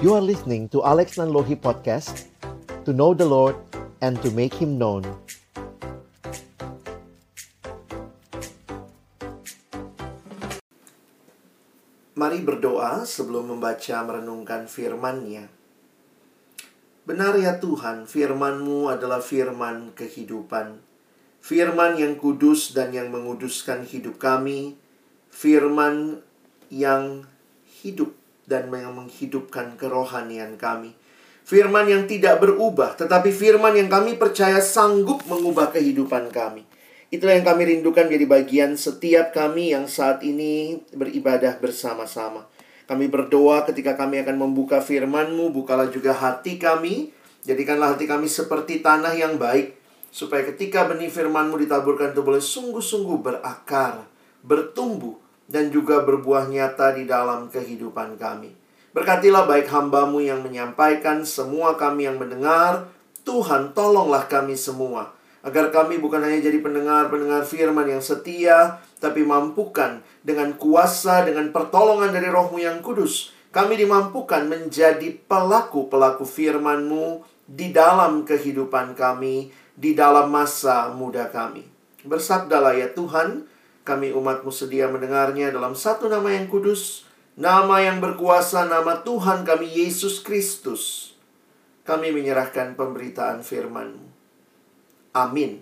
You are listening to Alex Nanlohi Podcast, to know the Lord and to make Him known. Mari berdoa sebelum membaca merenungkan firman-Nya. Benar ya Tuhan, firman-Mu adalah firman kehidupan. Firman yang kudus dan yang menguduskan hidup kami. Firman yang hidup dan yang menghidupkan kerohanian kami. Firman yang tidak berubah, tetapi firman yang kami percaya sanggup mengubah kehidupan kami. Itulah yang kami rindukan jadi bagian setiap kami yang saat ini beribadah bersama-sama. Kami berdoa ketika kami akan membuka firman-Mu, bukalah juga hati kami. Jadikanlah hati kami seperti tanah yang baik, supaya ketika benih firman-Mu ditaburkan itu boleh sungguh-sungguh berakar, bertumbuh, dan juga berbuah nyata di dalam kehidupan kami. Berkatilah baik hamba-Mu yang menyampaikan, semua kami yang mendengar. Tuhan, tolonglah kami semua, agar kami bukan hanya jadi pendengar-pendengar firman yang setia, tapi mampukan dengan kuasa, dengan pertolongan dari Roh-Mu yang kudus, kami dimampukan menjadi pelaku-pelaku firman-Mu di dalam kehidupan kami, di dalam masa muda kami. Bersabdalah ya Tuhan, kami umat-Mu sedia mendengarnya dalam satu nama yang kudus, nama yang berkuasa, nama Tuhan kami Yesus Kristus. Kami menyerahkan pemberitaan firman-Mu. Amin.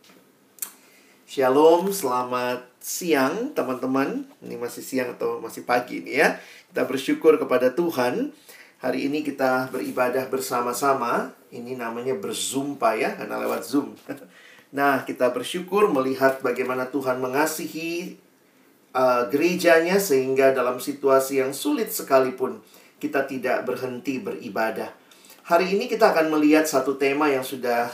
Shalom, selamat siang teman-teman. Ini masih siang atau masih pagi nih ya. Kita bersyukur kepada Tuhan. Hari ini kita beribadah bersama-sama. Ini namanya berzumpa ya, karena lewat Zoom. Nah, kita bersyukur melihat bagaimana Tuhan mengasihi gerejanya, sehingga dalam situasi yang sulit sekalipun kita tidak berhenti beribadah. Hari ini kita akan melihat satu tema yang sudah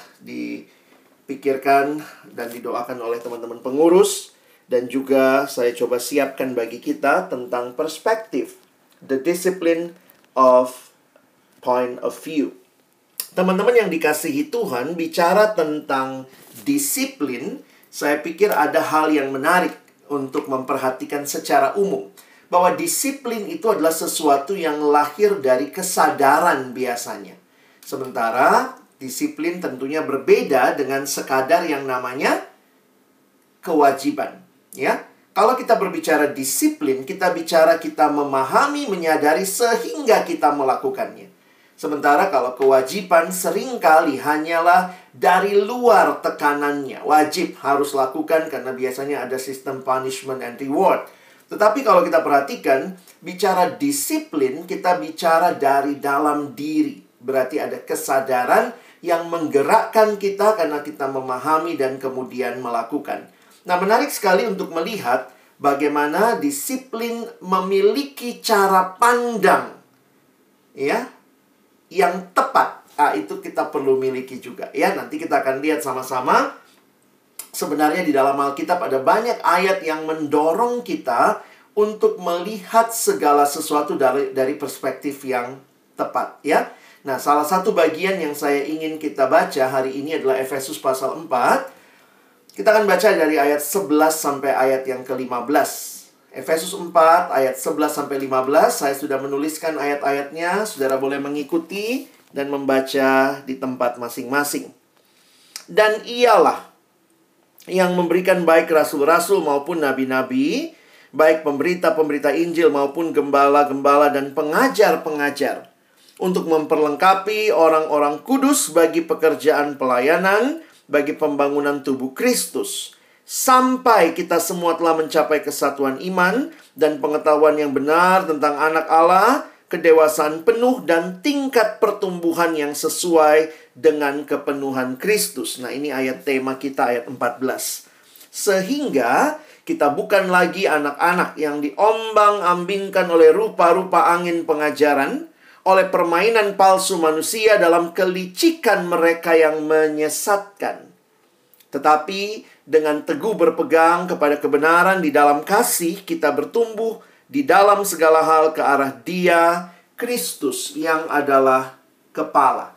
dipikirkan dan didoakan oleh teman-teman pengurus, dan juga saya coba siapkan bagi kita tentang perspektif, the discipline of point of view. Teman-teman yang dikasihi Tuhan, bicara tentang disiplin, saya pikir ada hal yang menarik untuk memperhatikan secara umum. Bahwa disiplin itu adalah sesuatu yang lahir dari kesadaran biasanya. Sementara disiplin tentunya berbeda dengan sekadar yang namanya kewajiban. Ya, kalau kita berbicara disiplin, kita bicara kita memahami, menyadari sehingga kita melakukannya. Sementara kalau kewajiban seringkali hanyalah dari luar tekanannya. Wajib harus lakukan karena biasanya ada sistem punishment and reward. Tetapi kalau kita perhatikan, bicara disiplin, kita bicara dari dalam diri. Berarti ada kesadaran yang menggerakkan kita karena kita memahami dan kemudian melakukan. Nah, menarik sekali untuk melihat bagaimana disiplin memiliki cara pandang ya yang tepat. Itu kita perlu miliki juga ya. Nanti kita akan lihat sama-sama. Sebenarnya di dalam Alkitab ada banyak ayat yang mendorong kita untuk melihat segala sesuatu dari perspektif yang tepat ya. Nah, salah satu bagian yang saya ingin kita baca hari ini adalah Efesus pasal 4. Kita akan baca dari ayat 11 sampai ayat yang ke-15. Efesus 4 ayat 11 sampai 15. Saya sudah menuliskan ayat-ayatnya. Saudara boleh mengikuti dan membaca di tempat masing-masing. Dan ialah yang memberikan baik rasul-rasul maupun nabi-nabi, baik pemberita-pemberita Injil maupun gembala-gembala dan pengajar-pengajar, untuk memperlengkapi orang-orang kudus bagi pekerjaan pelayanan, bagi pembangunan tubuh Kristus, sampai kita semua telah mencapai kesatuan iman dan pengetahuan yang benar tentang anak Allah, kedewasaan penuh dan tingkat pertumbuhan yang sesuai dengan kepenuhan Kristus. Nah, ini ayat tema kita, ayat 14. Sehingga kita bukan lagi anak-anak yang diombang-ambingkan oleh rupa-rupa angin pengajaran, oleh permainan palsu manusia dalam kelicikan mereka yang menyesatkan. Tetapi dengan teguh berpegang kepada kebenaran di dalam kasih, kita bertumbuh di dalam segala hal ke arah Dia, Kristus, yang adalah kepala.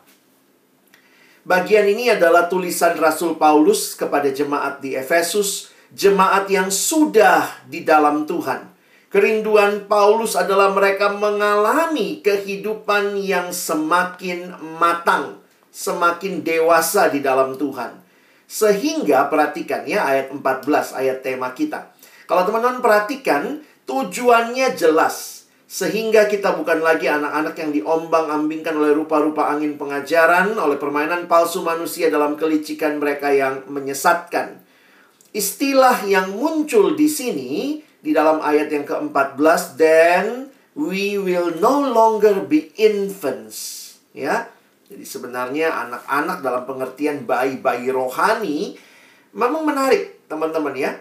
Bagian ini adalah tulisan Rasul Paulus kepada jemaat di Efesus, jemaat yang sudah di dalam Tuhan. Kerinduan Paulus adalah mereka mengalami kehidupan yang semakin matang, semakin dewasa di dalam Tuhan. Sehingga perhatikan ya ayat 14, ayat tema kita. Kalau teman-teman perhatikan, tujuannya jelas. Sehingga kita bukan lagi anak-anak yang diombang-ambingkan oleh rupa-rupa angin pengajaran, oleh permainan palsu manusia dalam kelicikan mereka yang menyesatkan. Istilah yang muncul di sini, di dalam ayat yang ke-14, then we will no longer be infants. Ya, jadi sebenarnya anak-anak dalam pengertian bayi-bayi rohani memang menarik, teman-teman ya.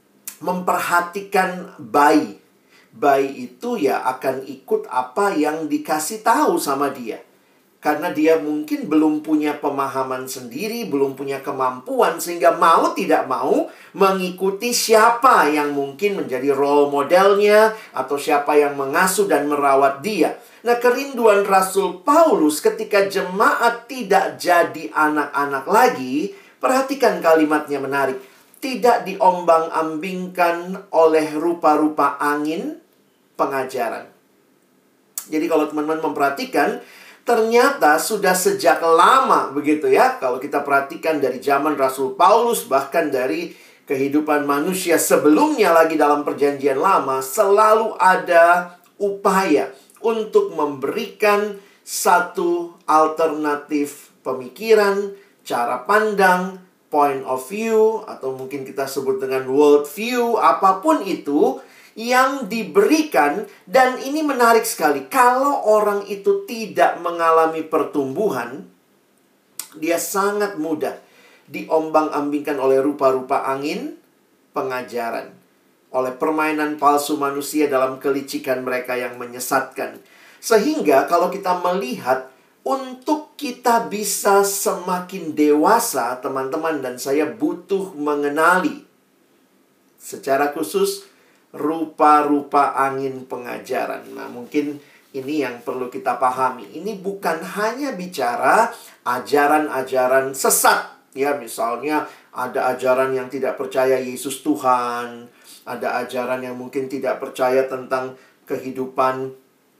Memperhatikan bayi. Bayi itu ya akan ikut apa yang dikasih tahu sama dia. Karena dia mungkin belum punya pemahaman sendiri, belum punya kemampuan, sehingga mau tidak mau mengikuti siapa yang mungkin menjadi role modelnya, atau siapa yang mengasuh dan merawat dia. Nah, kerinduan Rasul Paulus ketika jemaat tidak jadi anak-anak lagi, perhatikan kalimatnya menarik. Tidak diombang-ambingkan oleh rupa-rupa angin pengajaran. Jadi kalau teman-teman memperhatikan, ternyata sudah sejak lama begitu ya. Kalau kita perhatikan dari zaman Rasul Paulus, bahkan dari kehidupan manusia sebelumnya lagi dalam perjanjian lama, selalu ada upaya untuk memberikan satu alternatif pemikiran, cara pandang, point of view, atau mungkin kita sebut dengan world view, apapun itu yang diberikan. Dan ini menarik sekali. Kalau orang itu tidak mengalami pertumbuhan, dia sangat mudah diombang-ambingkan oleh rupa-rupa angin pengajaran, oleh permainan palsu manusia dalam kelicikan mereka yang menyesatkan. Sehingga kalau kita melihat, untuk kita bisa semakin dewasa, teman-teman dan saya butuh mengenali secara khusus rupa-rupa angin pengajaran. Nah, mungkin ini yang perlu kita pahami. Ini bukan hanya bicara ajaran-ajaran sesat. Ya, misalnya ada ajaran yang tidak percaya Yesus Tuhan. Ada ajaran yang mungkin tidak percaya tentang kehidupan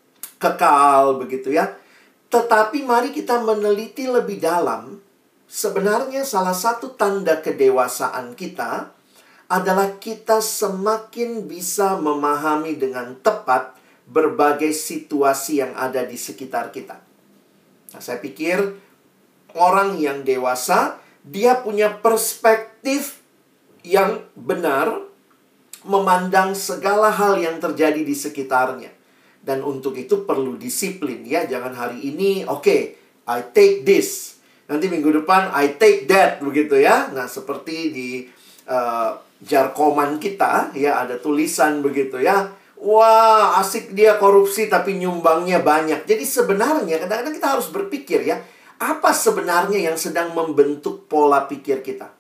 kekal, begitu ya. Tetapi mari kita meneliti lebih dalam. Sebenarnya salah satu tanda kedewasaan kita adalah kita semakin bisa memahami dengan tepat berbagai situasi yang ada di sekitar kita. Nah, saya pikir orang yang dewasa, dia punya perspektif yang benar memandang segala hal yang terjadi di sekitarnya. Dan untuk itu perlu disiplin ya. Jangan hari ini, oke, I take this. Nanti minggu depan, I take that, begitu ya. Nah, seperti di jarkoman kita ya, ada tulisan begitu ya, wah asik dia korupsi tapi nyumbangnya banyak. Jadi sebenarnya kadang-kadang kita harus berpikir ya, apa sebenarnya yang sedang membentuk pola pikir kita?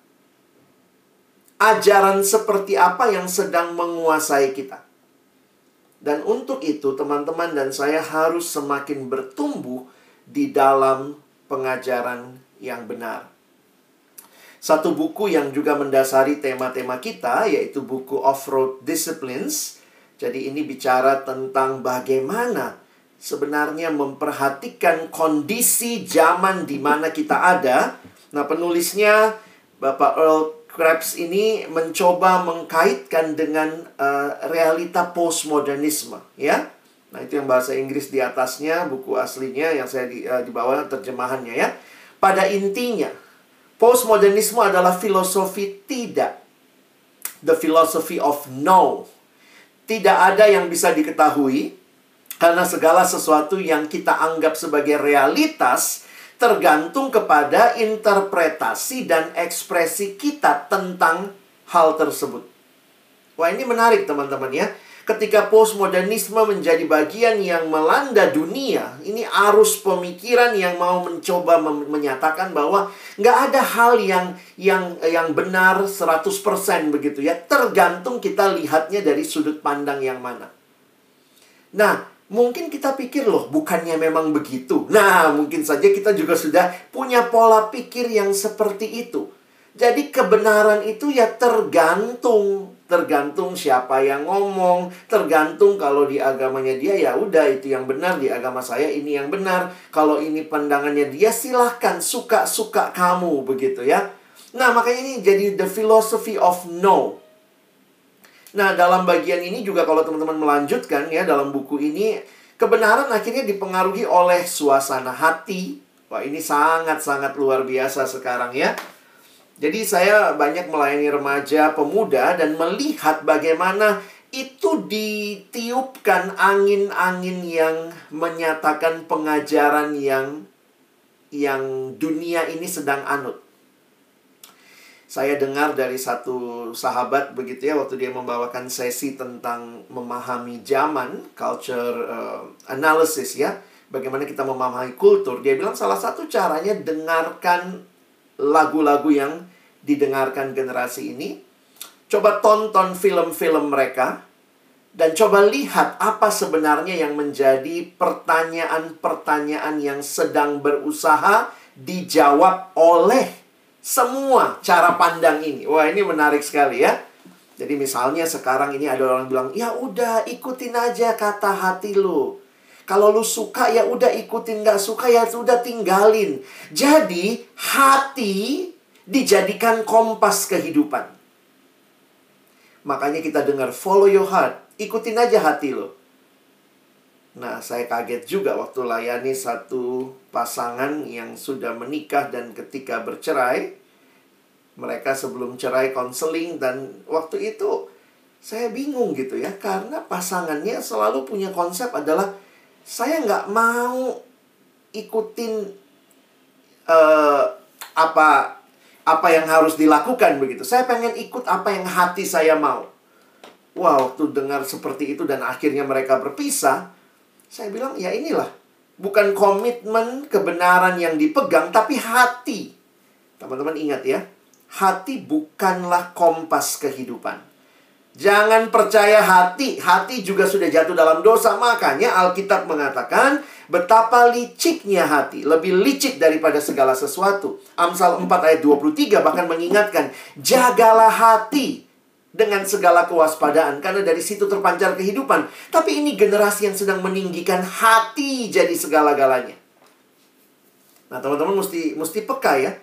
Ajaran seperti apa yang sedang menguasai kita? Dan untuk itu teman-teman dan saya harus semakin bertumbuh di dalam pengajaran yang benar. Satu buku yang juga mendasari tema-tema kita, yaitu buku Off-Road Disciplines. Jadi ini bicara tentang bagaimana sebenarnya memperhatikan kondisi zaman di mana kita ada. Nah, penulisnya Bapak Earl Krebs ini mencoba mengkaitkan dengan realita postmodernisme, ya. Nah, itu yang bahasa Inggris di atasnya, buku aslinya yang saya di bawah terjemahannya ya. Pada intinya, postmodernisme adalah filosofi tidak. The philosophy of no. Tidak ada yang bisa diketahui, karena segala sesuatu yang kita anggap sebagai realitas tergantung kepada interpretasi dan ekspresi kita tentang hal tersebut. Wah, ini menarik teman-teman ya. Ketika postmodernisme menjadi bagian yang melanda dunia, ini arus pemikiran yang mau mencoba menyatakan bahwa nggak ada hal yang benar 100% begitu ya. Tergantung kita lihatnya dari sudut pandang yang mana. Nah, mungkin kita pikir loh, bukannya memang begitu. Nah, mungkin saja kita juga sudah punya pola pikir yang seperti itu. Jadi kebenaran itu ya tergantung tergantung siapa yang ngomong, tergantung kalau di agamanya dia ya udah itu yang benar, di agama saya ini yang benar. Kalau ini pandangannya dia silahkan, suka-suka kamu begitu ya. Nah, makanya ini jadi the philosophy of no. Nah, dalam bagian ini juga kalau teman-teman melanjutkan ya dalam buku ini, kebenaran akhirnya dipengaruhi oleh suasana hati. Wah, ini sangat-sangat luar biasa sekarang ya. Jadi saya banyak melayani remaja, pemuda, dan melihat bagaimana itu ditiupkan angin-angin yang menyatakan pengajaran yang dunia ini sedang anut. Saya dengar dari satu sahabat begitu ya, waktu dia membawakan sesi tentang memahami zaman, culture analysis ya, bagaimana kita memahami kultur. Dia bilang salah satu caranya dengarkan lagu-lagu yang didengarkan generasi ini. Coba tonton film-film mereka dan coba lihat apa sebenarnya yang menjadi pertanyaan-pertanyaan yang sedang berusaha dijawab oleh semua cara pandang ini. Wah, ini menarik sekali ya. Jadi misalnya sekarang ini ada orang bilang, ya udah ikutin aja kata hati lu. Kalau lu suka ya udah ikutin, nggak suka ya sudah tinggalin. Jadi hati dijadikan kompas kehidupan. Makanya kita dengar follow your heart, ikutin aja hati lo. Nah, saya kaget juga waktu layani satu pasangan yang sudah menikah dan ketika bercerai, mereka sebelum cerai konseling, dan waktu itu saya bingung gitu ya, karena pasangannya selalu punya konsep adalah saya nggak mau ikutin apa yang harus dilakukan begitu. Saya pengen ikut apa yang hati saya mau. Wah, waktu dengar seperti itu dan akhirnya mereka berpisah, saya bilang ya inilah, bukan komitmen kebenaran yang dipegang, tapi hati. Teman-teman ingat ya, hati bukanlah kompas kehidupan. Jangan percaya hati. Hati juga sudah jatuh dalam dosa. Makanya Alkitab mengatakan betapa liciknya hati. Lebih licik daripada segala sesuatu. Amsal 4 ayat 23 bahkan mengingatkan, jagalah hati dengan segala kewaspadaan, karena dari situ terpancar kehidupan. Tapi ini generasi yang sedang meninggikan hati jadi segala-galanya. Nah, teman-teman mesti peka ya.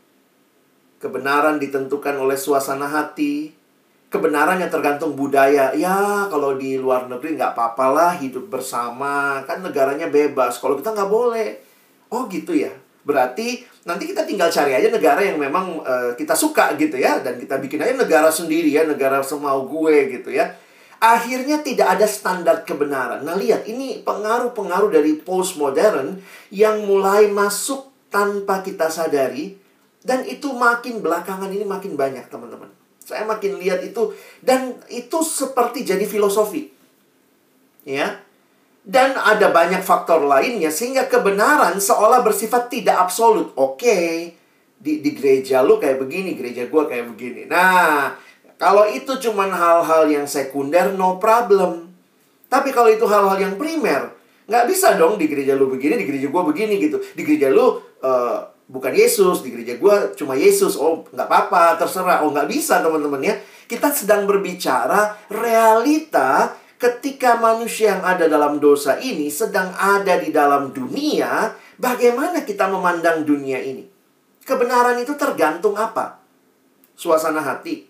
Kebenaran ditentukan oleh suasana hati. Kebenaran yang tergantung budaya. Ya, kalau di luar negeri nggak apa-apa lah hidup bersama. Kan negaranya bebas. Kalau kita nggak boleh. Oh gitu ya. Berarti nanti kita tinggal cari aja negara yang memang kita suka gitu ya. Dan kita bikin aja negara sendiri ya. Negara semau gue gitu ya. Akhirnya tidak ada standar kebenaran. Nah lihat, ini pengaruh-pengaruh dari postmodern yang mulai masuk tanpa kita sadari. Dan itu makin belakangan ini makin banyak teman-teman. Saya makin lihat itu, dan itu seperti jadi filosofi. Ya. Dan ada banyak faktor lainnya sehingga kebenaran seolah bersifat tidak absolut. Oke, di gereja lu kayak begini, gereja gua kayak begini. Nah, kalau itu cuman hal-hal yang sekunder, no problem. Tapi kalau itu hal-hal yang primer, nggak bisa dong di gereja lu begini, di gereja gua begini gitu. Di gereja lu bukan Yesus, di gereja gue cuma Yesus. Oh, nggak apa-apa, terserah. Oh, nggak bisa teman-teman ya. Kita sedang berbicara realita ketika manusia yang ada dalam dosa ini sedang ada di dalam dunia. Bagaimana kita memandang dunia ini? Kebenaran itu tergantung apa? Suasana hati.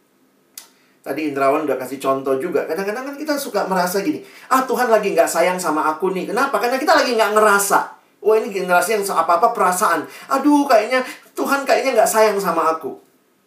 Tadi Indrawan udah kasih contoh juga. Kadang-kadang kan kita suka merasa gini, Tuhan lagi nggak sayang sama aku nih. Kenapa? Karena kita lagi nggak ngerasa. Wah, ini generasi yang apa-apa perasaan. Aduh, kayaknya Tuhan kayaknya nggak sayang sama aku.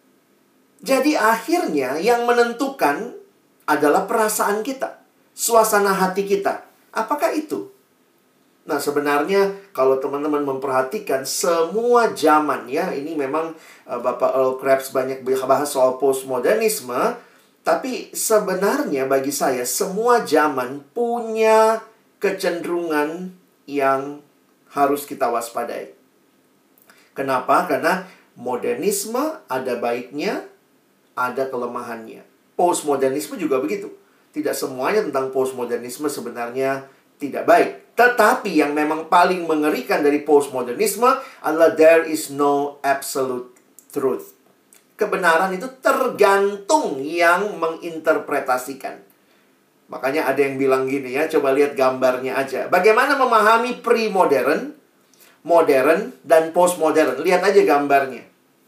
Jadi akhirnya yang menentukan adalah perasaan kita. Suasana hati kita. Apakah itu? Nah, sebenarnya kalau teman-teman memperhatikan semua zaman ya. Ini memang Bapak Earl Krebs banyak bahas soal postmodernisme. Tapi sebenarnya bagi saya semua zaman punya kecenderungan yang harus kita waspadai. Kenapa? Karena modernisme ada baiknya, ada kelemahannya. Postmodernisme juga begitu. Tidak semuanya tentang postmodernisme sebenarnya tidak baik. Tetapi yang memang paling mengerikan dari postmodernisme adalah there is no absolute truth. kebenaran itu tergantung yang menginterpretasikan. Makanya ada yang bilang gini ya, coba lihat gambarnya aja. Bagaimana memahami pre-modern, modern, dan postmodern. Lihat aja gambarnya.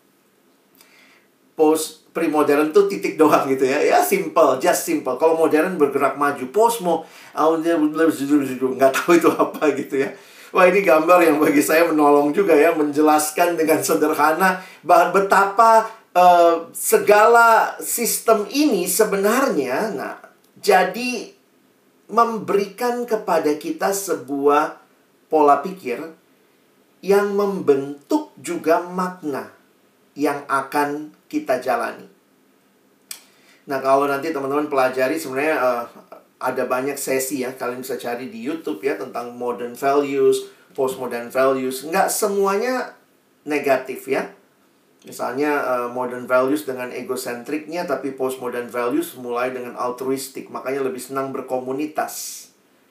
Pre-modern tuh titik doang gitu ya. Ya simple, just simple. Kalau modern bergerak maju. Nggak tahu itu apa gitu ya. Wah, ini gambar yang bagi saya menolong juga ya. Menjelaskan dengan sederhana betapa segala sistem ini sebenarnya jadi memberikan kepada kita sebuah pola pikir yang membentuk juga makna yang akan kita jalani. Nah, kalau nanti teman-teman pelajari sebenarnya ada banyak sesi ya. Kalian bisa cari di YouTube ya tentang modern values, postmodern values. Nggak semuanya negatif ya. Misalnya modern values dengan egocentricnya, tapi postmodern values mulai dengan altruistik. Makanya lebih senang berkomunitas.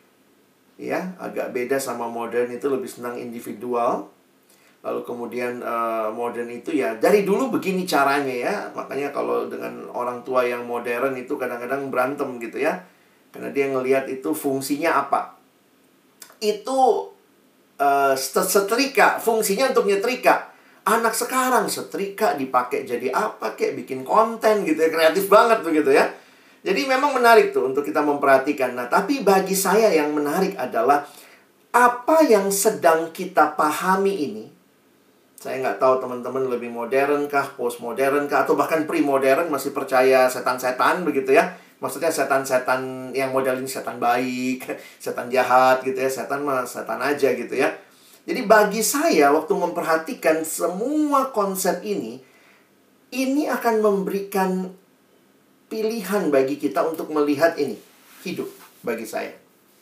Ya, agak beda sama modern itu lebih senang individual. Lalu kemudian modern itu ya dari dulu begini caranya ya. Makanya kalau dengan orang tua yang modern itu kadang-kadang berantem gitu ya. Karena dia ngelihat itu fungsinya apa. Itu setrika, fungsinya untuk nyetrika. Anak sekarang setrika dipakai jadi apa kek, bikin konten gitu ya, kreatif banget begitu ya. Jadi memang menarik tuh untuk kita memperhatikan. Nah, tapi bagi saya yang menarik adalah apa yang sedang kita pahami ini. Saya nggak tahu teman-teman lebih modern kah, postmodern kah, atau bahkan pre-modern masih percaya setan-setan begitu ya. Maksudnya setan-setan yang model ini setan baik, setan jahat gitu ya. Setan mah setan aja gitu ya. Jadi bagi saya waktu memperhatikan semua konsep ini akan memberikan pilihan bagi kita untuk melihat ini, hidup bagi saya.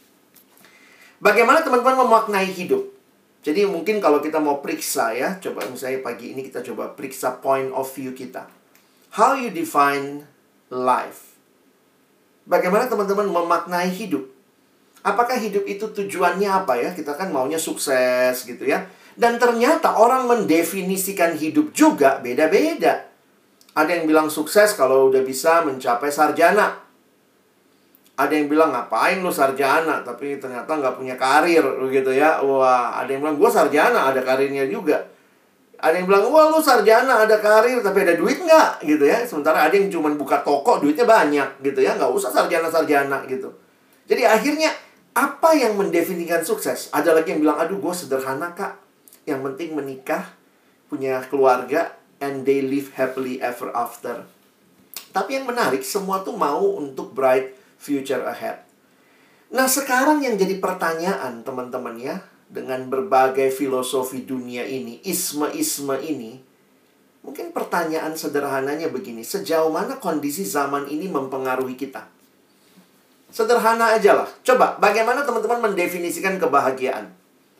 Bagaimana teman-teman memaknai hidup? Jadi mungkin kalau kita mau periksa ya, coba misalnya pagi ini kita coba periksa point of view kita. How you define life? Bagaimana teman-teman memaknai hidup? Apakah hidup itu tujuannya apa ya? Kita kan maunya sukses gitu ya. Dan ternyata orang mendefinisikan hidup juga beda-beda. Ada yang bilang sukses kalau udah bisa mencapai sarjana. Ada yang bilang ngapain lu sarjana tapi ternyata nggak punya karir gitu ya. Wah, ada yang bilang gue sarjana ada karirnya juga. Ada yang bilang wah lu sarjana ada karir tapi ada duit nggak gitu ya. Sementara ada yang cuma buka toko duitnya banyak gitu ya. Nggak usah sarjana-sarjana gitu. Jadi akhirnya apa yang mendefinisikan sukses? Ada lagi yang bilang aduh gue sederhana kak. Yang penting menikah, punya keluarga, and they live happily ever after. Tapi yang menarik semua tuh mau untuk bright future ahead. Nah sekarang yang jadi pertanyaan teman-teman ya, dengan berbagai filosofi dunia ini, isme-isme ini, mungkin pertanyaan sederhananya begini, sejauh mana kondisi zaman ini mempengaruhi kita? Sederhana aja lah. Coba, bagaimana teman-teman mendefinisikan kebahagiaan?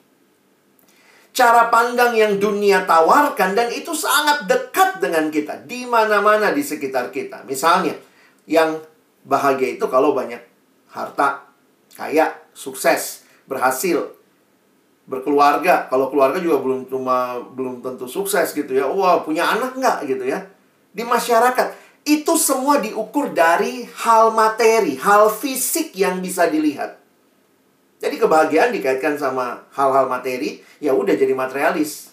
Cara pandang yang dunia tawarkan dan itu sangat dekat dengan kita. Di mana-mana di sekitar kita. Misalnya, yang bahagia itu kalau banyak harta, kaya, sukses, berhasil, berkeluarga. Kalau keluarga juga belum tentu sukses gitu ya. Wah, punya anak nggak gitu ya. Di masyarakat, itu semua diukur dari hal materi, hal fisik yang bisa dilihat. Jadi kebahagiaan dikaitkan sama hal-hal materi, ya udah jadi materialis.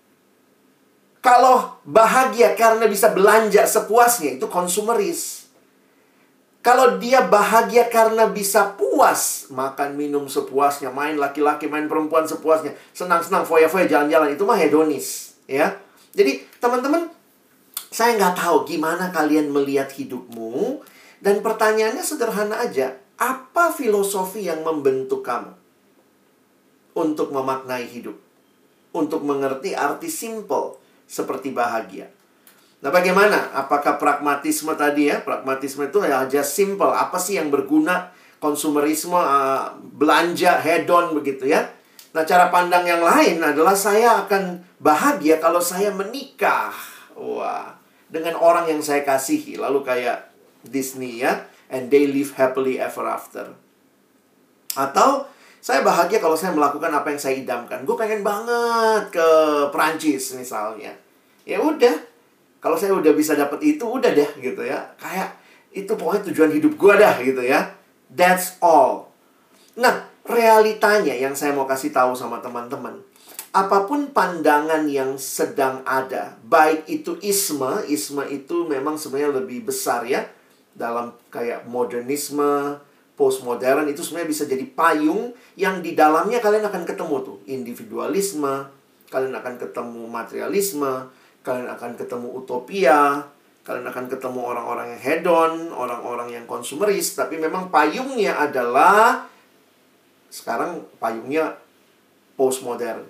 Kalau bahagia karena bisa belanja sepuasnya, itu konsumeris. Kalau dia bahagia karena bisa puas, makan minum sepuasnya, main laki-laki, main perempuan sepuasnya, senang-senang, foya-foya, jalan-jalan, itu mah hedonis, ya. Jadi teman-teman, saya nggak tahu gimana kalian melihat hidupmu, dan pertanyaannya sederhana aja. Apa filosofi yang membentuk kamu untuk memaknai hidup? Untuk mengerti arti simple seperti bahagia. Nah bagaimana? Apakah pragmatisme tadi ya? Pragmatisme itu ya aja simple. Apa sih yang berguna? Konsumerisme, belanja, hedon begitu ya. Nah cara pandang yang lain adalah saya akan bahagia kalau saya menikah. Wah, dengan orang yang saya kasihi. Lalu kayak Disney ya. And they live happily ever after. Atau saya bahagia kalau saya melakukan apa yang saya idamkan. Gue pengen banget ke Perancis misalnya. Ya udah, Kalau saya udah bisa dapat itu, udah deh gitu ya. Kayak itu pokoknya tujuan hidup gue dah gitu ya. That's all. Nah, realitanya yang saya mau kasih tahu sama teman-teman, apapun pandangan yang sedang ada, baik itu isme itu memang sebenarnya lebih besar ya. Dalam kayak modernisme, postmodern itu sebenarnya bisa jadi payung yang di dalamnya kalian akan ketemu tuh. Individualisme, kalian akan ketemu materialisme, kalian akan ketemu utopia, kalian akan ketemu orang-orang yang hedon, orang-orang yang konsumeris. Tapi memang payungnya adalah, sekarang payungnya postmodern.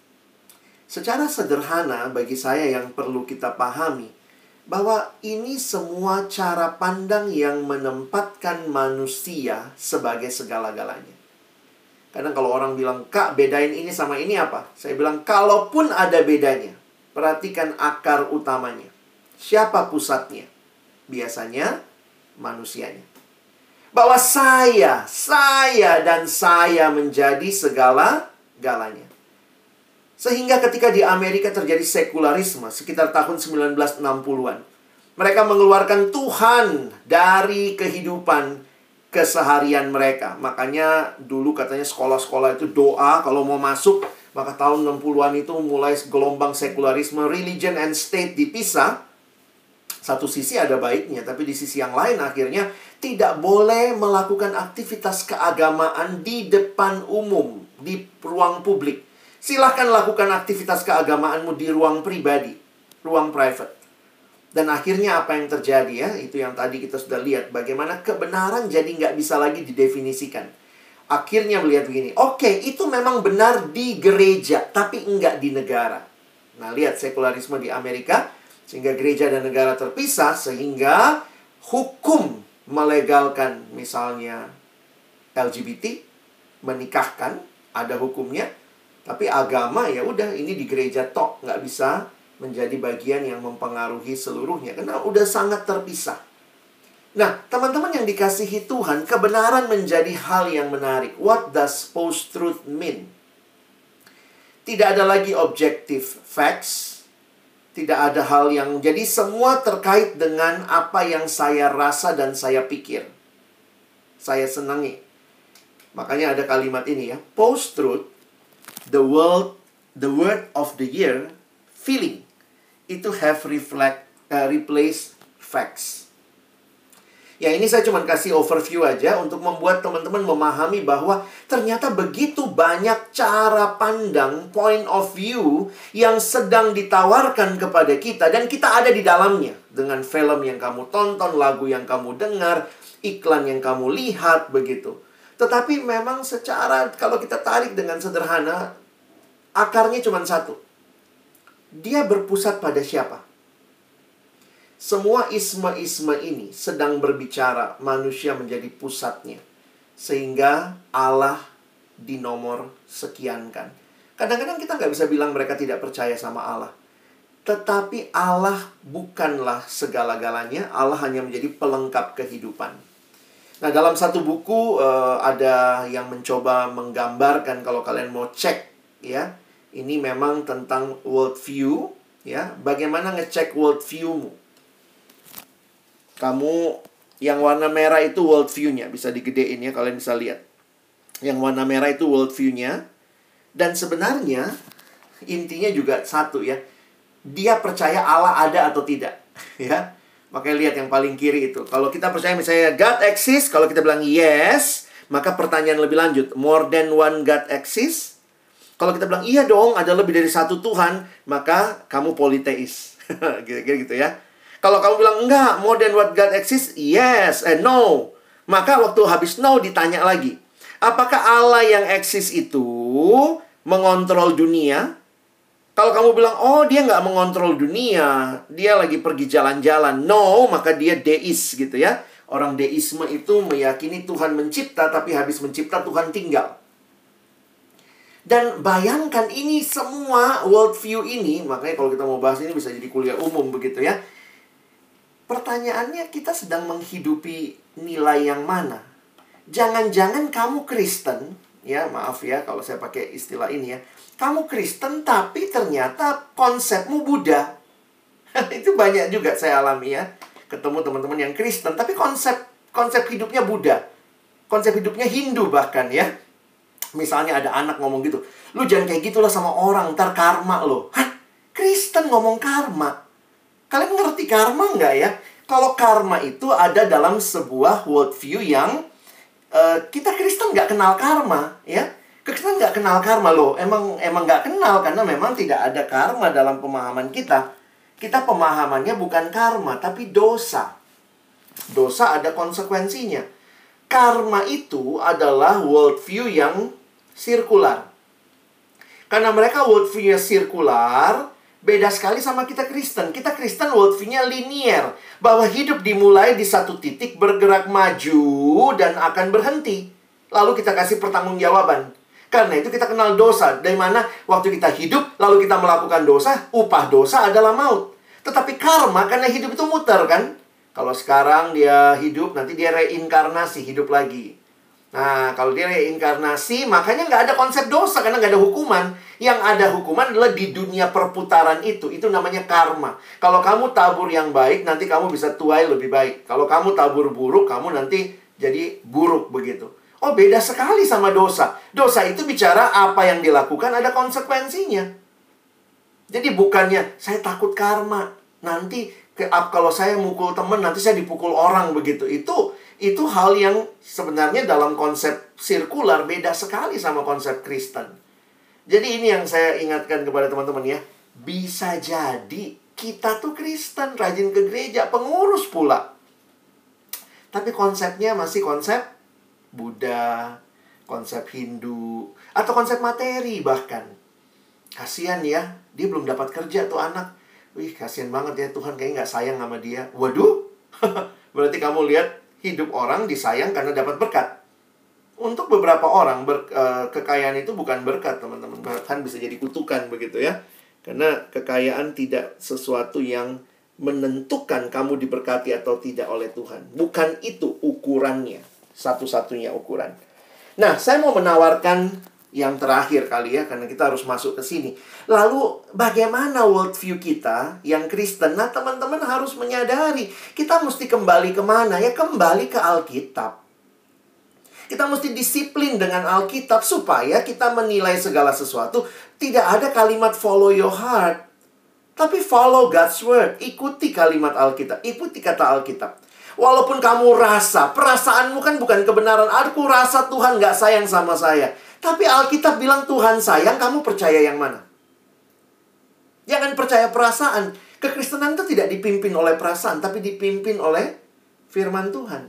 Secara sederhana bagi saya yang perlu kita pahami, bahwa ini semua cara pandang yang menempatkan manusia sebagai segala-galanya. Kadang kalau orang bilang, Kak, bedain ini sama ini apa? Saya bilang, kalaupun ada bedanya, perhatikan akar utamanya. Siapa pusatnya? Biasanya manusianya. Bahwa saya dan saya menjadi segala-galanya. Sehingga ketika di Amerika terjadi sekularisme sekitar tahun 1960-an, mereka mengeluarkan Tuhan dari kehidupan keseharian mereka. Makanya dulu katanya sekolah-sekolah itu doa kalau mau masuk. Maka tahun 60-an itu mulai gelombang sekularisme, religion and state dipisah. Satu sisi ada baiknya, tapi di sisi yang lain akhirnya tidak boleh melakukan aktivitas keagamaan di depan umum, di ruang publik. Silahkan lakukan aktivitas keagamaanmu di ruang pribadi, ruang private. Dan akhirnya apa yang terjadi ya, itu yang tadi kita sudah lihat, bagaimana kebenaran jadi nggak bisa lagi didefinisikan. Akhirnya melihat begini, oke, itu memang benar di gereja, tapi enggak di negara. Nah, lihat sekularisme di Amerika, sehingga gereja dan negara terpisah, sehingga hukum melegalkan misalnya LGBT, menikahkan, ada hukumnya. Tapi agama ya udah, ini di gereja tok, nggak bisa menjadi bagian yang mempengaruhi seluruhnya, karena udah sangat terpisah. Nah, teman-teman yang dikasihi Tuhan, kebenaran menjadi hal yang menarik. What does post-truth mean? Tidak ada lagi objective facts. Tidak ada hal yang... Jadi semua terkait dengan apa yang saya rasa dan saya pikir. Saya senangi. Makanya ada kalimat ini ya. Post-truth, the word of the year, feeling. Itu have replaced facts. Ya, ini saya cuma kasih overview aja untuk membuat teman-teman memahami bahwa ternyata begitu banyak cara pandang, point of view yang sedang ditawarkan kepada kita, dan kita ada di dalamnya. Dengan film yang kamu tonton, lagu yang kamu dengar, iklan yang kamu lihat, begitu. Tetapi memang secara, kalau kita tarik dengan sederhana, akarnya cuma satu. Dia berpusat pada siapa? Semua isme-isme ini sedang berbicara manusia menjadi pusatnya. Sehingga Allah dinomor sekiankan. Kadang-kadang kita nggak bisa bilang mereka tidak percaya sama Allah. Tetapi Allah bukanlah segala-galanya. Allah hanya menjadi pelengkap kehidupan. Nah, dalam satu buku ada yang mencoba menggambarkan, kalau kalian mau cek ya, ini memang tentang worldview ya. Bagaimana ngecek worldview-mu? Kamu yang warna merah itu worldview-nya. Bisa digedein ya, kalian bisa lihat. Yang warna merah itu worldview-nya. Dan sebenarnya intinya juga satu ya. Dia percaya Allah ada atau tidak. Ya. Makanya lihat yang paling kiri itu. Kalau kita percaya misalnya God exists, kalau kita bilang yes, maka pertanyaan lebih lanjut. More than one God exists? Kalau kita bilang iya dong, ada lebih dari satu Tuhan, maka kamu politeis. Kira-kira gitu ya. Kalau kamu bilang enggak, more than what God exists, yes and no. Maka waktu habis no ditanya lagi. Apakah Allah yang eksis itu mengontrol dunia? Kalau kamu bilang, oh dia nggak mengontrol dunia, dia lagi pergi jalan-jalan. No, maka dia deis gitu ya. Orang deisme itu meyakini Tuhan mencipta, tapi habis mencipta Tuhan tinggal. Dan bayangkan ini semua worldview ini, makanya kalau kita mau bahas ini bisa jadi kuliah umum begitu ya. Pertanyaannya, kita sedang menghidupi nilai yang mana? Jangan-jangan kamu Kristen, ya maaf ya kalau saya pakai istilah ini ya. Kamu Kristen tapi ternyata konsepmu Buddha. Itu banyak juga saya alami ya. Ketemu teman-teman yang Kristen, tapi konsep hidupnya Buddha. Konsep hidupnya Hindu bahkan ya. Misalnya ada anak ngomong gitu, lu jangan kayak gitulah sama orang, ntar karma lo. Hah? Kristen ngomong karma? Kalian ngerti karma nggak ya? Kalau karma itu ada dalam sebuah worldview yang kita Kristen nggak kenal karma, ya. Kristen nggak kenal karma loh. Emang nggak kenal karena memang tidak ada karma dalam pemahaman kita. Kita pemahamannya bukan karma, tapi dosa. Dosa ada konsekuensinya. Karma itu adalah worldview yang sirkular. Karena mereka worldview-nya sirkular, beda sekali sama kita Kristen. Kita Kristen worldview-nya linear. Bahwa hidup dimulai di satu titik, bergerak maju, dan akan berhenti. Lalu kita kasih pertanggungjawaban. Karena itu kita kenal dosa. Dari mana waktu kita hidup, lalu kita melakukan dosa, upah dosa adalah maut. Tetapi karma, karena hidup itu muter kan. Kalau sekarang dia hidup, nanti dia reinkarnasi, hidup lagi. Nah, kalau dia reinkarnasi, makanya nggak ada konsep dosa, karena nggak ada hukuman. Yang ada hukuman adalah di dunia perputaran itu. Itu namanya karma. Kalau kamu tabur yang baik, nanti kamu bisa tuai lebih baik. Kalau kamu tabur buruk, kamu nanti jadi buruk begitu. Oh, beda sekali sama dosa. Dosa itu bicara apa yang dilakukan ada konsekuensinya. Jadi bukannya, saya takut karma. Nanti kalau saya mukul teman, nanti saya dipukul orang begitu. Itu hal yang sebenarnya dalam konsep sirkular beda sekali sama konsep Kristen. Jadi ini yang saya ingatkan kepada teman-teman ya. Bisa jadi kita tuh Kristen, rajin ke gereja, pengurus pula. Tapi konsepnya masih konsep Buddha, konsep Hindu, atau konsep materi bahkan. Kasian ya, dia belum dapat kerja tuh anak. Wih, kasihan banget ya, Tuhan kayaknya nggak sayang sama dia. Waduh, berarti kamu lihat hidup orang disayang karena dapat berkat. Untuk beberapa orang, kekayaan itu bukan berkat, teman-teman. Bahkan bisa jadi kutukan begitu ya. Karena kekayaan tidak sesuatu yang menentukan kamu diberkati atau tidak oleh Tuhan. Bukan itu ukurannya, satu-satunya ukuran. Nah, saya mau menawarkan yang terakhir kali ya, karena kita harus masuk ke sini. Lalu bagaimana worldview kita yang Kristen? Nah, teman-teman harus menyadari kita mesti kembali kemana? Ya, kembali ke Alkitab. Kita mesti disiplin dengan Alkitab supaya kita menilai segala sesuatu. Tidak ada kalimat follow your heart, tapi follow God's word. Ikuti kalimat Alkitab, ikuti kata Alkitab. Walaupun kamu rasa, perasaanmu kan bukan kebenaran. Aku rasa Tuhan gak sayang sama saya. Tapi Alkitab bilang Tuhan sayang, kamu percaya yang mana? Jangan percaya perasaan. Kekristenan itu tidak dipimpin oleh perasaan, tapi dipimpin oleh firman Tuhan.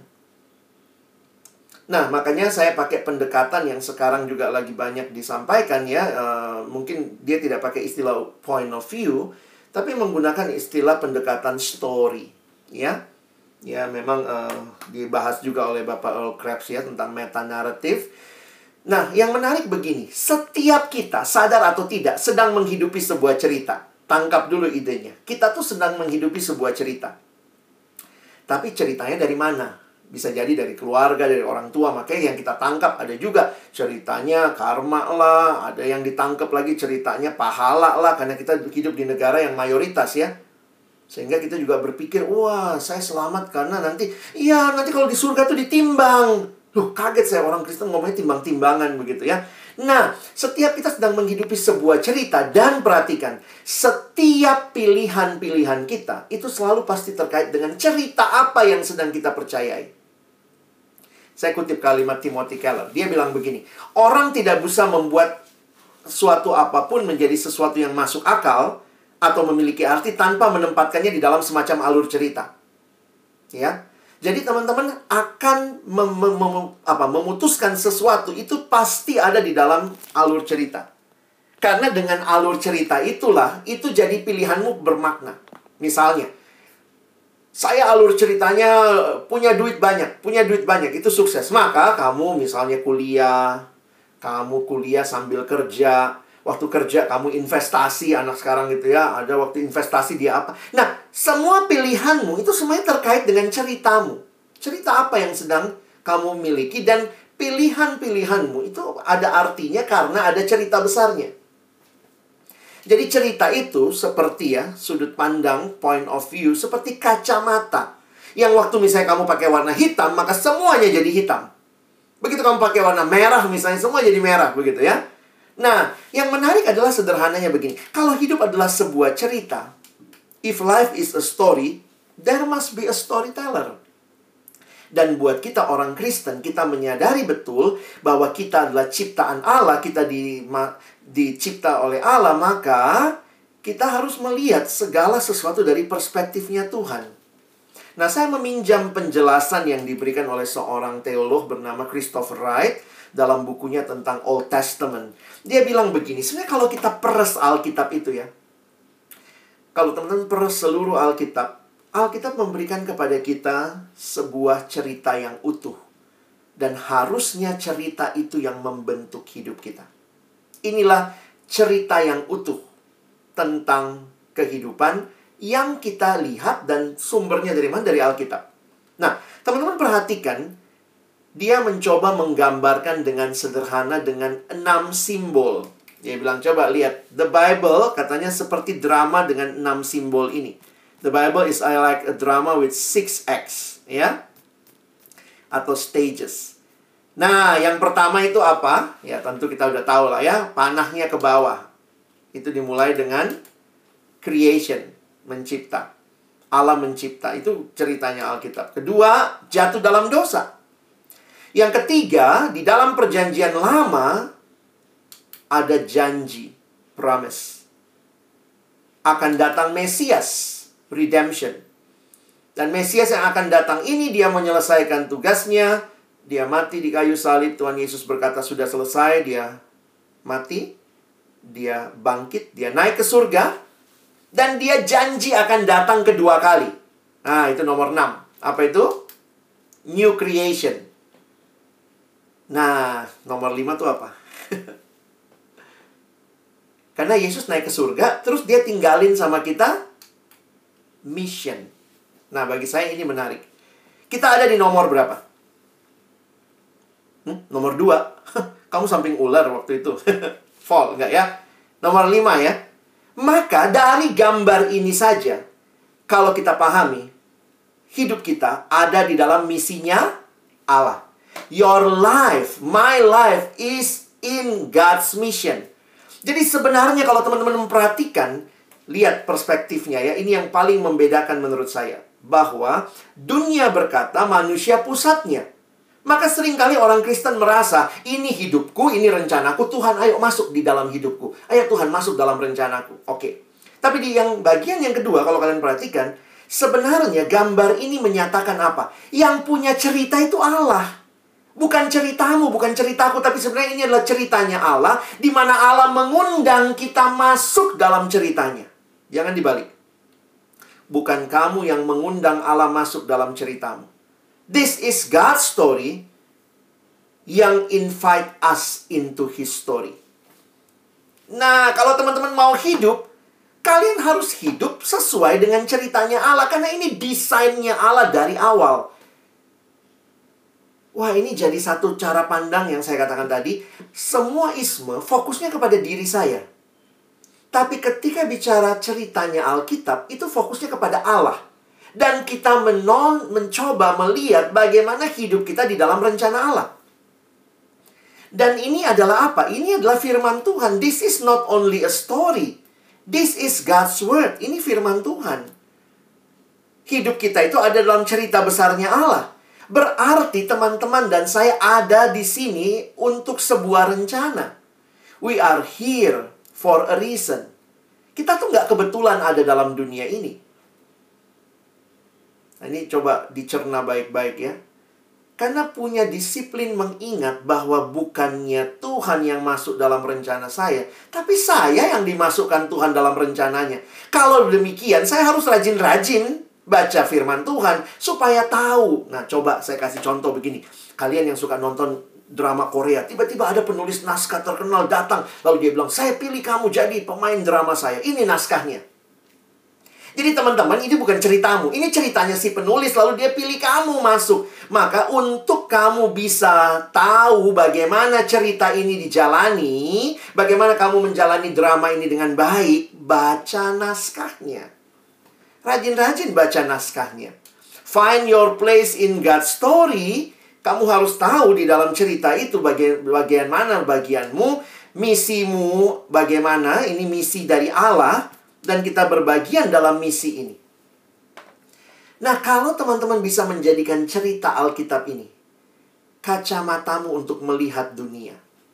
Nah, makanya saya pakai pendekatan yang sekarang juga lagi banyak disampaikan ya. Mungkin dia tidak pakai istilah point of view, tapi menggunakan istilah pendekatan story. Ya, memang dibahas juga oleh Bapak Earl Krebs ya tentang meta-naratif. Nah, yang menarik begini. Setiap kita, sadar atau tidak, sedang menghidupi sebuah cerita. Tangkap dulu idenya. Kita tuh sedang menghidupi sebuah cerita. Tapi ceritanya dari mana? Bisa jadi dari keluarga, dari orang tua. Makanya yang kita tangkap ada juga ceritanya karma lah. Ada yang ditangkap lagi ceritanya pahala lah. Karena kita hidup di negara yang mayoritas ya. Sehingga kita juga berpikir, wah saya selamat karena nanti kalau di surga tuh ditimbang. Loh, kaget saya orang Kristen ngomongnya timbang-timbangan begitu ya. Nah, setiap kita sedang menghidupi sebuah cerita. Dan perhatikan, setiap pilihan-pilihan kita itu selalu pasti terkait dengan cerita apa yang sedang kita percayai. Saya kutip kalimat Timothy Keller. Dia bilang begini, orang tidak bisa membuat suatu apapun menjadi sesuatu yang masuk akal atau memiliki arti tanpa menempatkannya di dalam semacam alur cerita. Ya. Jadi teman-teman akan memutuskan sesuatu itu pasti ada di dalam alur cerita. Karena dengan alur cerita itulah, itu jadi pilihanmu bermakna. Misalnya, saya alur ceritanya punya duit banyak, itu sukses. Maka kamu misalnya kuliah sambil kerja. Waktu kerja kamu investasi, anak sekarang gitu ya, ada waktu investasi dia apa. Nah, semua pilihanmu itu semuanya terkait dengan ceritamu. Cerita apa yang sedang kamu miliki dan pilihan-pilihanmu itu ada artinya karena ada cerita besarnya. Jadi cerita itu seperti sudut pandang, point of view, seperti kacamata. Yang waktu misalnya kamu pakai warna hitam, maka semuanya jadi hitam. Begitu kamu pakai warna merah misalnya, semua jadi merah, begitu ya. Nah, yang menarik adalah sederhananya begini. Kalau hidup adalah sebuah cerita, if life is a story, there must be a storyteller. Dan buat kita orang Kristen, kita menyadari betul bahwa kita adalah ciptaan Allah, kita dicipta oleh Allah, maka kita harus melihat segala sesuatu dari perspektifnya Tuhan. Nah, saya meminjam penjelasan yang diberikan oleh seorang teolog bernama Christopher Wright dalam bukunya tentang Old Testament. Dia bilang begini, sebenarnya kalau kita peres Alkitab itu kalau teman-teman peres seluruh Alkitab, Alkitab memberikan kepada kita sebuah cerita yang utuh. Dan harusnya cerita itu yang membentuk hidup kita. Inilah cerita yang utuh tentang kehidupan yang kita lihat dan sumbernya dari mana? Dari Alkitab. Nah, teman-teman perhatikan, dia mencoba menggambarkan dengan sederhana dengan 6 simbol. Dia bilang, coba lihat, the Bible katanya seperti drama dengan 6 simbol ini. The Bible is like a drama with 6 acts, atau stages. Nah, yang pertama itu apa? Ya, tentu kita udah tahu lah ya, panahnya ke bawah. Itu dimulai dengan creation, mencipta. Allah mencipta, itu ceritanya Alkitab. Kedua, jatuh dalam dosa. Yang ketiga, di dalam perjanjian lama ada janji, promise. Akan datang Mesias, redemption. Dan Mesias yang akan datang ini, dia menyelesaikan tugasnya. Dia mati di kayu salib. Tuhan Yesus berkata sudah selesai. Dia mati. Dia bangkit. Dia naik ke surga. Dan dia janji akan datang kedua kali. Nah, itu nomor 6. Apa itu? New creation. Nah, nomor 5 itu apa? Karena Yesus naik ke surga, terus dia tinggalin sama kita mission. Nah, bagi saya ini menarik. Kita ada di nomor berapa? Nomor 2. Kamu samping ular waktu itu. Fall, enggak ya? Nomor 5 ya. Maka dari gambar ini saja, kalau kita pahami, hidup kita ada di dalam misinya Allah. Your life, my life is in God's mission. Jadi sebenarnya kalau teman-teman memperhatikan, lihat perspektifnya ya, ini yang paling membedakan menurut saya. Bahwa dunia berkata manusia pusatnya. Maka seringkali orang Kristen merasa, ini hidupku, ini rencanaku, Tuhan ayo masuk di dalam hidupku. Ayo Tuhan masuk dalam rencanaku. Oke. Tapi di bagian yang kedua, kalau kalian perhatikan, sebenarnya gambar ini menyatakan apa? Yang punya cerita itu Allah. Bukan ceritamu, bukan ceritaku, tapi sebenarnya ini adalah ceritanya Allah, di mana Allah mengundang kita masuk dalam ceritanya. Jangan dibalik. Bukan kamu yang mengundang Allah masuk dalam ceritamu. This is God's story yang invite us into His story. Nah, kalau teman-teman mau hidup, kalian harus hidup sesuai dengan ceritanya Allah. Karena ini desainnya Allah dari awal. Wah, ini jadi satu cara pandang yang saya katakan tadi. Semua isme fokusnya kepada diri saya. Tapi ketika bicara ceritanya Alkitab, itu fokusnya kepada Allah. Dan kita mencoba melihat bagaimana hidup kita di dalam rencana Allah. Dan ini adalah apa? Ini adalah firman Tuhan. This is not only a story. This is God's word. Ini firman Tuhan. Hidup kita itu ada dalam cerita besarnya Allah. Berarti teman-teman dan saya ada di sini untuk sebuah rencana. We are here for a reason. Kita tuh nggak kebetulan ada dalam dunia ini. Nah, ini coba dicerna baik-baik ya. Karena punya disiplin mengingat bahwa bukannya Tuhan yang masuk dalam rencana saya, tapi saya yang dimasukkan Tuhan dalam rencananya. Kalau demikian, saya harus rajin-rajin baca firman Tuhan supaya tahu. Nah, coba saya kasih contoh begini. Kalian yang suka nonton drama Korea, tiba-tiba ada penulis naskah terkenal datang, lalu dia bilang, "Saya pilih kamu jadi pemain drama saya. Ini naskahnya." Jadi teman-teman, ini bukan ceritamu. Ini ceritanya si penulis, lalu dia pilih kamu masuk. Maka untuk kamu bisa tahu bagaimana cerita ini dijalani, bagaimana kamu menjalani drama ini dengan baik, baca naskahnya. Rajin-rajin baca naskahnya. Find your place in God's story. Kamu harus tahu di dalam cerita itu bagian mana bagianmu, misimu bagaimana, ini misi dari Allah. Dan kita berbagian dalam misi ini. Nah, kalau teman-teman bisa menjadikan cerita Alkitab ini kacamatamu untuk melihat dunia,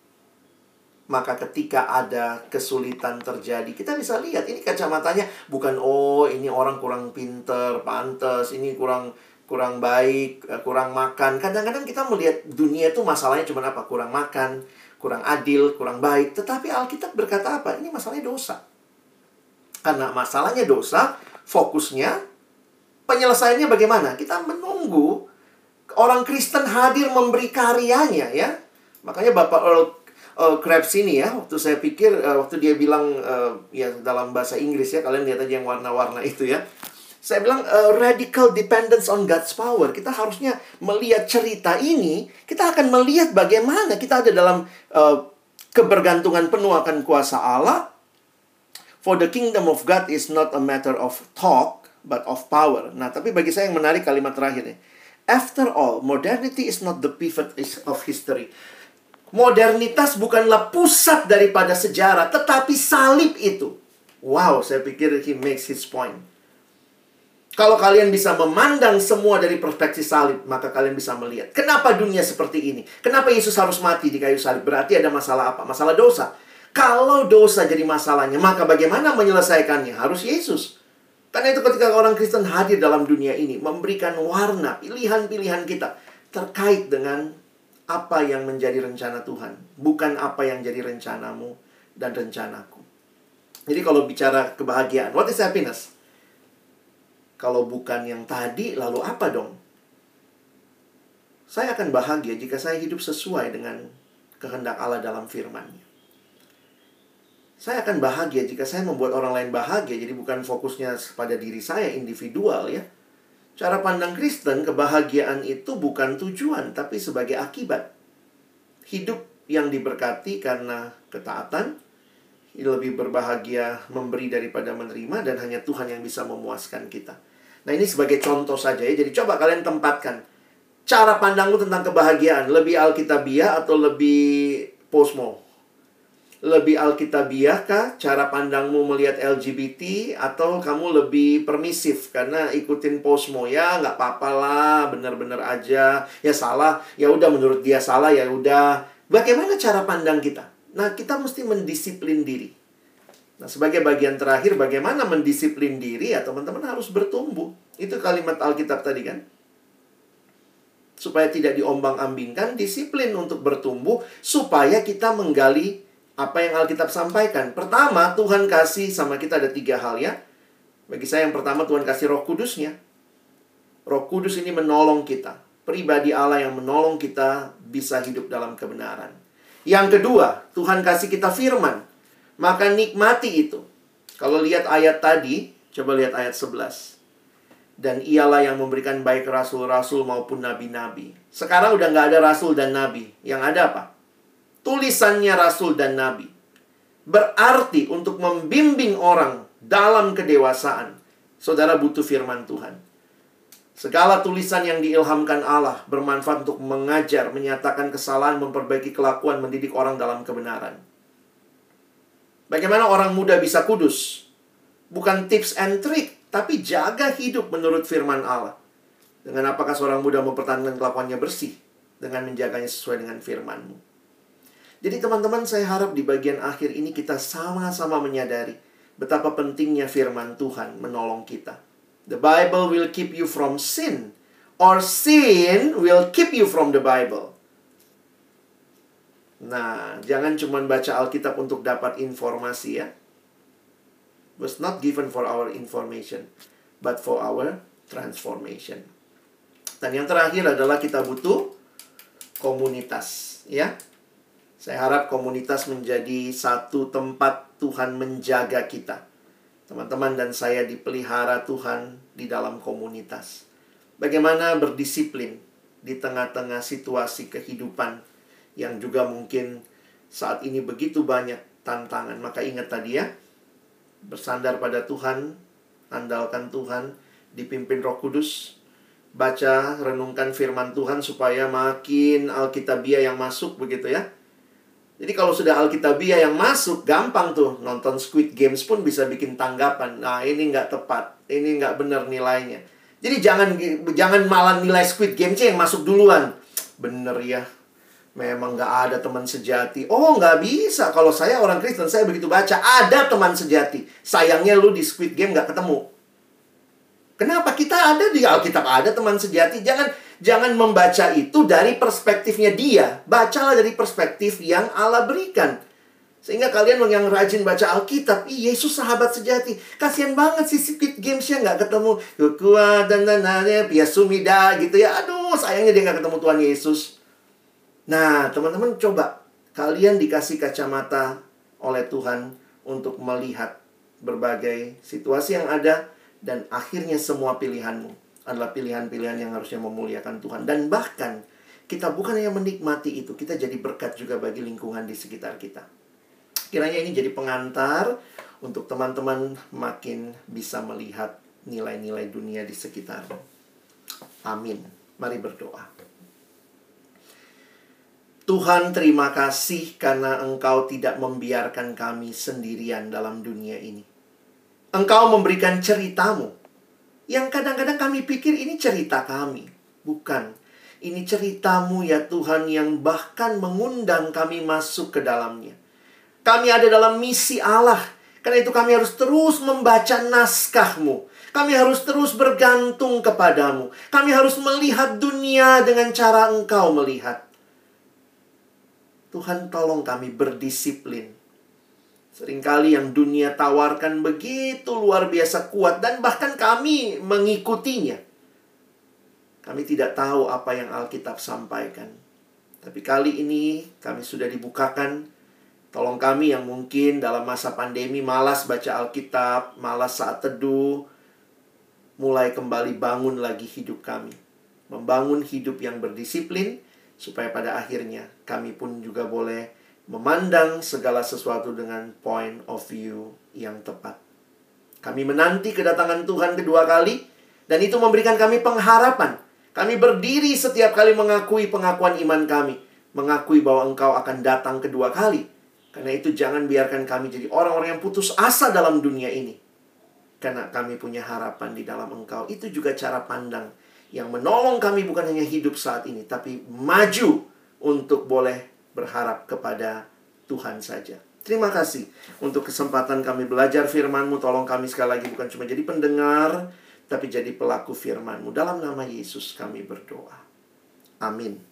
maka ketika ada kesulitan terjadi, kita bisa lihat ini kacamatanya bukan, oh ini orang kurang pinter, pantes, ini kurang baik, kurang makan. Kadang-kadang kita melihat dunia itu masalahnya cuma apa? Kurang makan, kurang adil, kurang baik. Tetapi Alkitab berkata apa? Ini masalahnya dosa. Karena masalahnya dosa, fokusnya, penyelesaiannya bagaimana? Kita menunggu orang Kristen hadir memberi karyanya, ya. Makanya Bapak Earl Krebs ini ya, waktu saya pikir, waktu dia bilang, ya dalam bahasa Inggris ya, kalian lihat aja yang warna-warna itu ya. Saya bilang, radical dependence on God's power. Kita harusnya melihat cerita ini, kita akan melihat bagaimana kita ada dalam kebergantungan penuh akan kuasa Allah. For the kingdom of God is not a matter of talk, but of power. Nah, tapi bagi saya yang menarik kalimat terakhir nih. After all, modernity is not the pivot of history. Modernitas bukanlah pusat daripada sejarah, tetapi salib itu. Wow, saya pikir he makes his point. Kalau kalian bisa memandang semua dari perspektif salib, maka kalian bisa melihat. Kenapa dunia seperti ini? Kenapa Yesus harus mati di kayu salib? Berarti ada masalah apa? Masalah dosa. Kalau dosa jadi masalahnya, maka bagaimana menyelesaikannya? Harus Yesus. Karena itu ketika orang Kristen hadir dalam dunia ini, memberikan warna, pilihan-pilihan kita terkait dengan apa yang menjadi rencana Tuhan. Bukan apa yang jadi rencanamu dan rencanaku. Jadi kalau bicara kebahagiaan, what is happiness? Kalau bukan yang tadi, lalu apa dong? Saya akan bahagia jika saya hidup sesuai dengan kehendak Allah dalam firman-Nya. Saya akan bahagia jika saya membuat orang lain bahagia. Jadi bukan fokusnya pada diri saya individual ya. Cara pandang Kristen, kebahagiaan itu bukan tujuan, tapi sebagai akibat. Hidup yang diberkati karena ketaatan, lebih berbahagia memberi daripada menerima, dan hanya Tuhan yang bisa memuaskan kita. Nah, ini sebagai contoh saja ya. Jadi coba kalian tempatkan cara pandangmu tentang kebahagiaan. Lebih alkitabiah atau lebih posmo? Lebih alkitabiah kah cara pandangmu melihat LGBT, atau kamu lebih permisif karena ikutin posmo? Ya nggak apa-apa lah, benar-benar aja. Ya salah, ya udah, menurut dia salah, ya udah. Bagaimana cara pandang kita? Nah, kita mesti mendisiplin diri. Nah, sebagai bagian terakhir, bagaimana mendisiplin diri? Ya teman-teman harus bertumbuh. Itu kalimat Alkitab tadi kan. Supaya tidak diombang-ambingkan, disiplin untuk bertumbuh, supaya kita menggali apa yang Alkitab sampaikan. Pertama, Tuhan kasih sama kita ada 3 hal ya. Bagi saya yang pertama, Tuhan kasih Roh Kudusnya. Roh Kudus ini menolong kita. Pribadi Allah yang menolong kita bisa hidup dalam kebenaran. Yang kedua, Tuhan kasih kita firman. Maka nikmati itu. Kalau lihat ayat tadi, coba lihat ayat 11. Dan ialah yang memberikan baik rasul-rasul maupun nabi-nabi. Sekarang udah nggak ada rasul dan nabi. Yang ada apa? Tulisannya rasul dan nabi. Berarti untuk membimbing orang dalam kedewasaan, saudara butuh firman Tuhan. Segala tulisan yang diilhamkan Allah bermanfaat untuk mengajar, menyatakan kesalahan, memperbaiki kelakuan, mendidik orang dalam kebenaran. Bagaimana orang muda bisa kudus? Bukan tips and trick, tapi jaga hidup menurut firman Allah. Dengan apakah seorang muda mempertahankan kelakuannya bersih? Dengan menjaganya sesuai dengan firman-Mu. Jadi teman-teman, saya harap di bagian akhir ini kita sama-sama menyadari betapa pentingnya firman Tuhan menolong kita. The Bible will keep you from sin, or sin will keep you from the Bible. Nah, jangan cuma baca Alkitab untuk dapat informasi ya. It was not given for our information, but for our transformation. Dan yang terakhir adalah kita butuh komunitas ya. Saya harap komunitas menjadi satu tempat Tuhan menjaga kita. teman-teman dan saya dipelihara Tuhan di dalam komunitas. Bagaimana berdisiplin di tengah-tengah situasi kehidupan yang juga mungkin saat ini begitu banyak tantangan. Maka ingat tadi ya, bersandar pada Tuhan, andalkan Tuhan, dipimpin Roh Kudus, baca, renungkan firman Tuhan supaya makin Alkitabiah yang masuk begitu ya. Jadi kalau sudah Alkitabiah yang masuk, gampang tuh nonton Squid Games pun bisa bikin tanggapan. Nah, ini nggak tepat, ini nggak benar nilainya. Jadi jangan malah nilai Squid Games yang masuk duluan. Bener ya, memang nggak ada teman sejati. Oh, nggak bisa. Kalau saya orang Kristen, saya begitu baca, ada teman sejati. Sayangnya lu di Squid Game nggak ketemu. Kenapa? Kita ada di Alkitab, ada teman sejati. Jangan membaca itu dari perspektifnya dia. Bacalah dari perspektif yang Allah berikan. Sehingga kalian yang rajin baca Alkitab, Yesus sahabat sejati. Kasian banget sih Squid Games-nya nggak ketemu. Kuat dan Piasumida gitu ya. Aduh, sayangnya dia nggak ketemu Tuhan Yesus. Nah, teman-teman coba. Kalian dikasih kacamata oleh Tuhan untuk melihat berbagai situasi yang ada. Dan akhirnya semua pilihanmu adalah pilihan-pilihan yang harusnya memuliakan Tuhan. Dan bahkan kita bukan hanya menikmati itu, kita jadi berkat juga bagi lingkungan di sekitar kita. Kiranya ini jadi pengantar untuk teman-teman makin bisa melihat nilai-nilai dunia di sekitar. Amin. Mari berdoa. Tuhan, terima kasih karena Engkau tidak membiarkan kami sendirian dalam dunia ini. Engkau memberikan ceritamu yang kadang-kadang kami pikir ini cerita kami. Bukan. Ini ceritamu ya Tuhan yang bahkan mengundang kami masuk ke dalamnya. Kami ada dalam misi Allah. Karena itu kami harus terus membaca naskah-Mu. Kami harus terus bergantung kepadamu. Kami harus melihat dunia dengan cara Engkau melihat. Tuhan, tolong kami berdisiplin. Seringkali yang dunia tawarkan begitu luar biasa kuat dan bahkan kami mengikutinya. Kami tidak tahu apa yang Alkitab sampaikan. Tapi kali ini kami sudah dibukakan. Tolong kami yang mungkin dalam masa pandemi malas baca Alkitab, malas saat teduh, mulai kembali bangun lagi hidup kami. Membangun hidup yang berdisiplin, supaya pada akhirnya kami pun juga boleh memandang segala sesuatu dengan point of view yang tepat. Kami menanti kedatangan Tuhan kedua kali, dan itu memberikan kami pengharapan. Kami berdiri setiap kali mengakui pengakuan iman kami, mengakui bahwa Engkau akan datang kedua kali. Karena itu jangan biarkan kami jadi orang-orang yang putus asa dalam dunia ini. Karena kami punya harapan di dalam Engkau. Itu juga cara pandang yang menolong kami bukan hanya hidup saat ini, tapi maju untuk boleh berharap kepada Tuhan saja. Terima kasih untuk kesempatan kami belajar firman-Mu. Tolong kami sekali lagi bukan cuma jadi pendengar, tapi jadi pelaku firman-Mu. Dalam nama Yesus kami berdoa. Amin.